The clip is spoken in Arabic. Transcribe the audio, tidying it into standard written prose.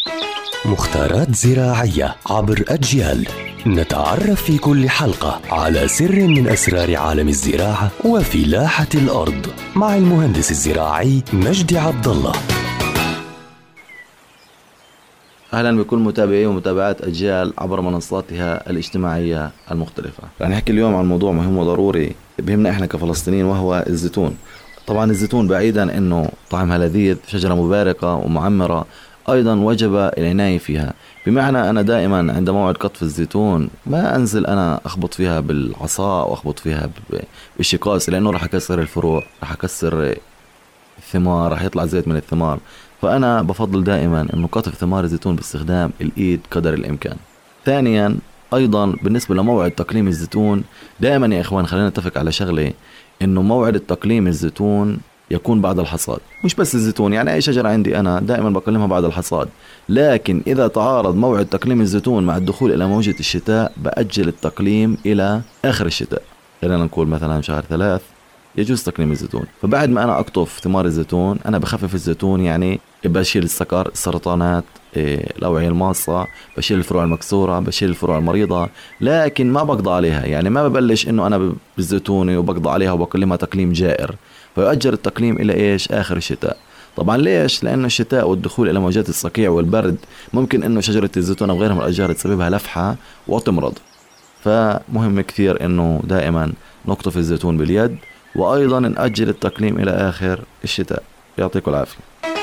مختارات زراعية عبر أجيال، نتعرف في كل حلقة على سر من أسرار عالم الزراعة وفلاحة الأرض مع المهندس الزراعي مجدي عبد الله. أهلا بكل متابعي ومتابعات أجيال عبر منصاتها الاجتماعية المختلفة. رح نحكي اليوم عن موضوع مهم وضروري بهمنا إحنا كفلسطينيين، وهو الزيتون. طبعا الزيتون بعيدا أنه طعمها لذيذ، شجرة مباركة ومعمرة، أيضا وجب العناية فيها. بمعنى أنا دائما عند موعد قطف الزيتون ما أنزل أنا أخبط فيها بالعصا وأخبط فيها بالشقاص، لأنه رح أكسر الفروع، رح أكسر الثمار، رح يطلع زيت من الثمار. فأنا بفضل دائما أنه قطف ثمار الزيتون باستخدام الإيد قدر الإمكان. ثانيا أيضا بالنسبة لموعد تقليم الزيتون، دائما يا إخوان خلينا نتفق على شغلة، أنه موعد التقليم الزيتون يكون بعد الحصاد. مش بس الزيتون، يعني أي شجرة عندي أنا دائما بقلمها بعد الحصاد، لكن إذا تعارض موعد تقليم الزيتون مع الدخول إلى موجة الشتاء بأجل التقليم إلى آخر الشتاء. خلينا نقول مثلا شهر 3 يجوز تقليم الزيتون. فبعد ما أنا أقطف ثمار الزيتون أنا بخفف الزيتون، يعني بشيل السكر، السرطانات، الأوعية الماصة، بشيل الفروع المكسورة، بشيل الفروع المريضة، لكن ما بقضى عليها. يعني ما ببلش إنه أنا بالزيتونة وبقضى عليها وبقلمها تقليم جائر، فيؤجل التقليم إلى إيش؟ آخر الشتاء. طبعا ليش؟ لأنه الشتاء والدخول إلى موجات الصقيع والبرد ممكن إنه شجرة الزيتون أو غيرها من الأشجار تسببها لفحة وتمرض. فمهم كثير إنه دائما نقطف الزيتون باليد، وأيضا نأجل التقليم إلى آخر الشتاء. يعطيكم العافية.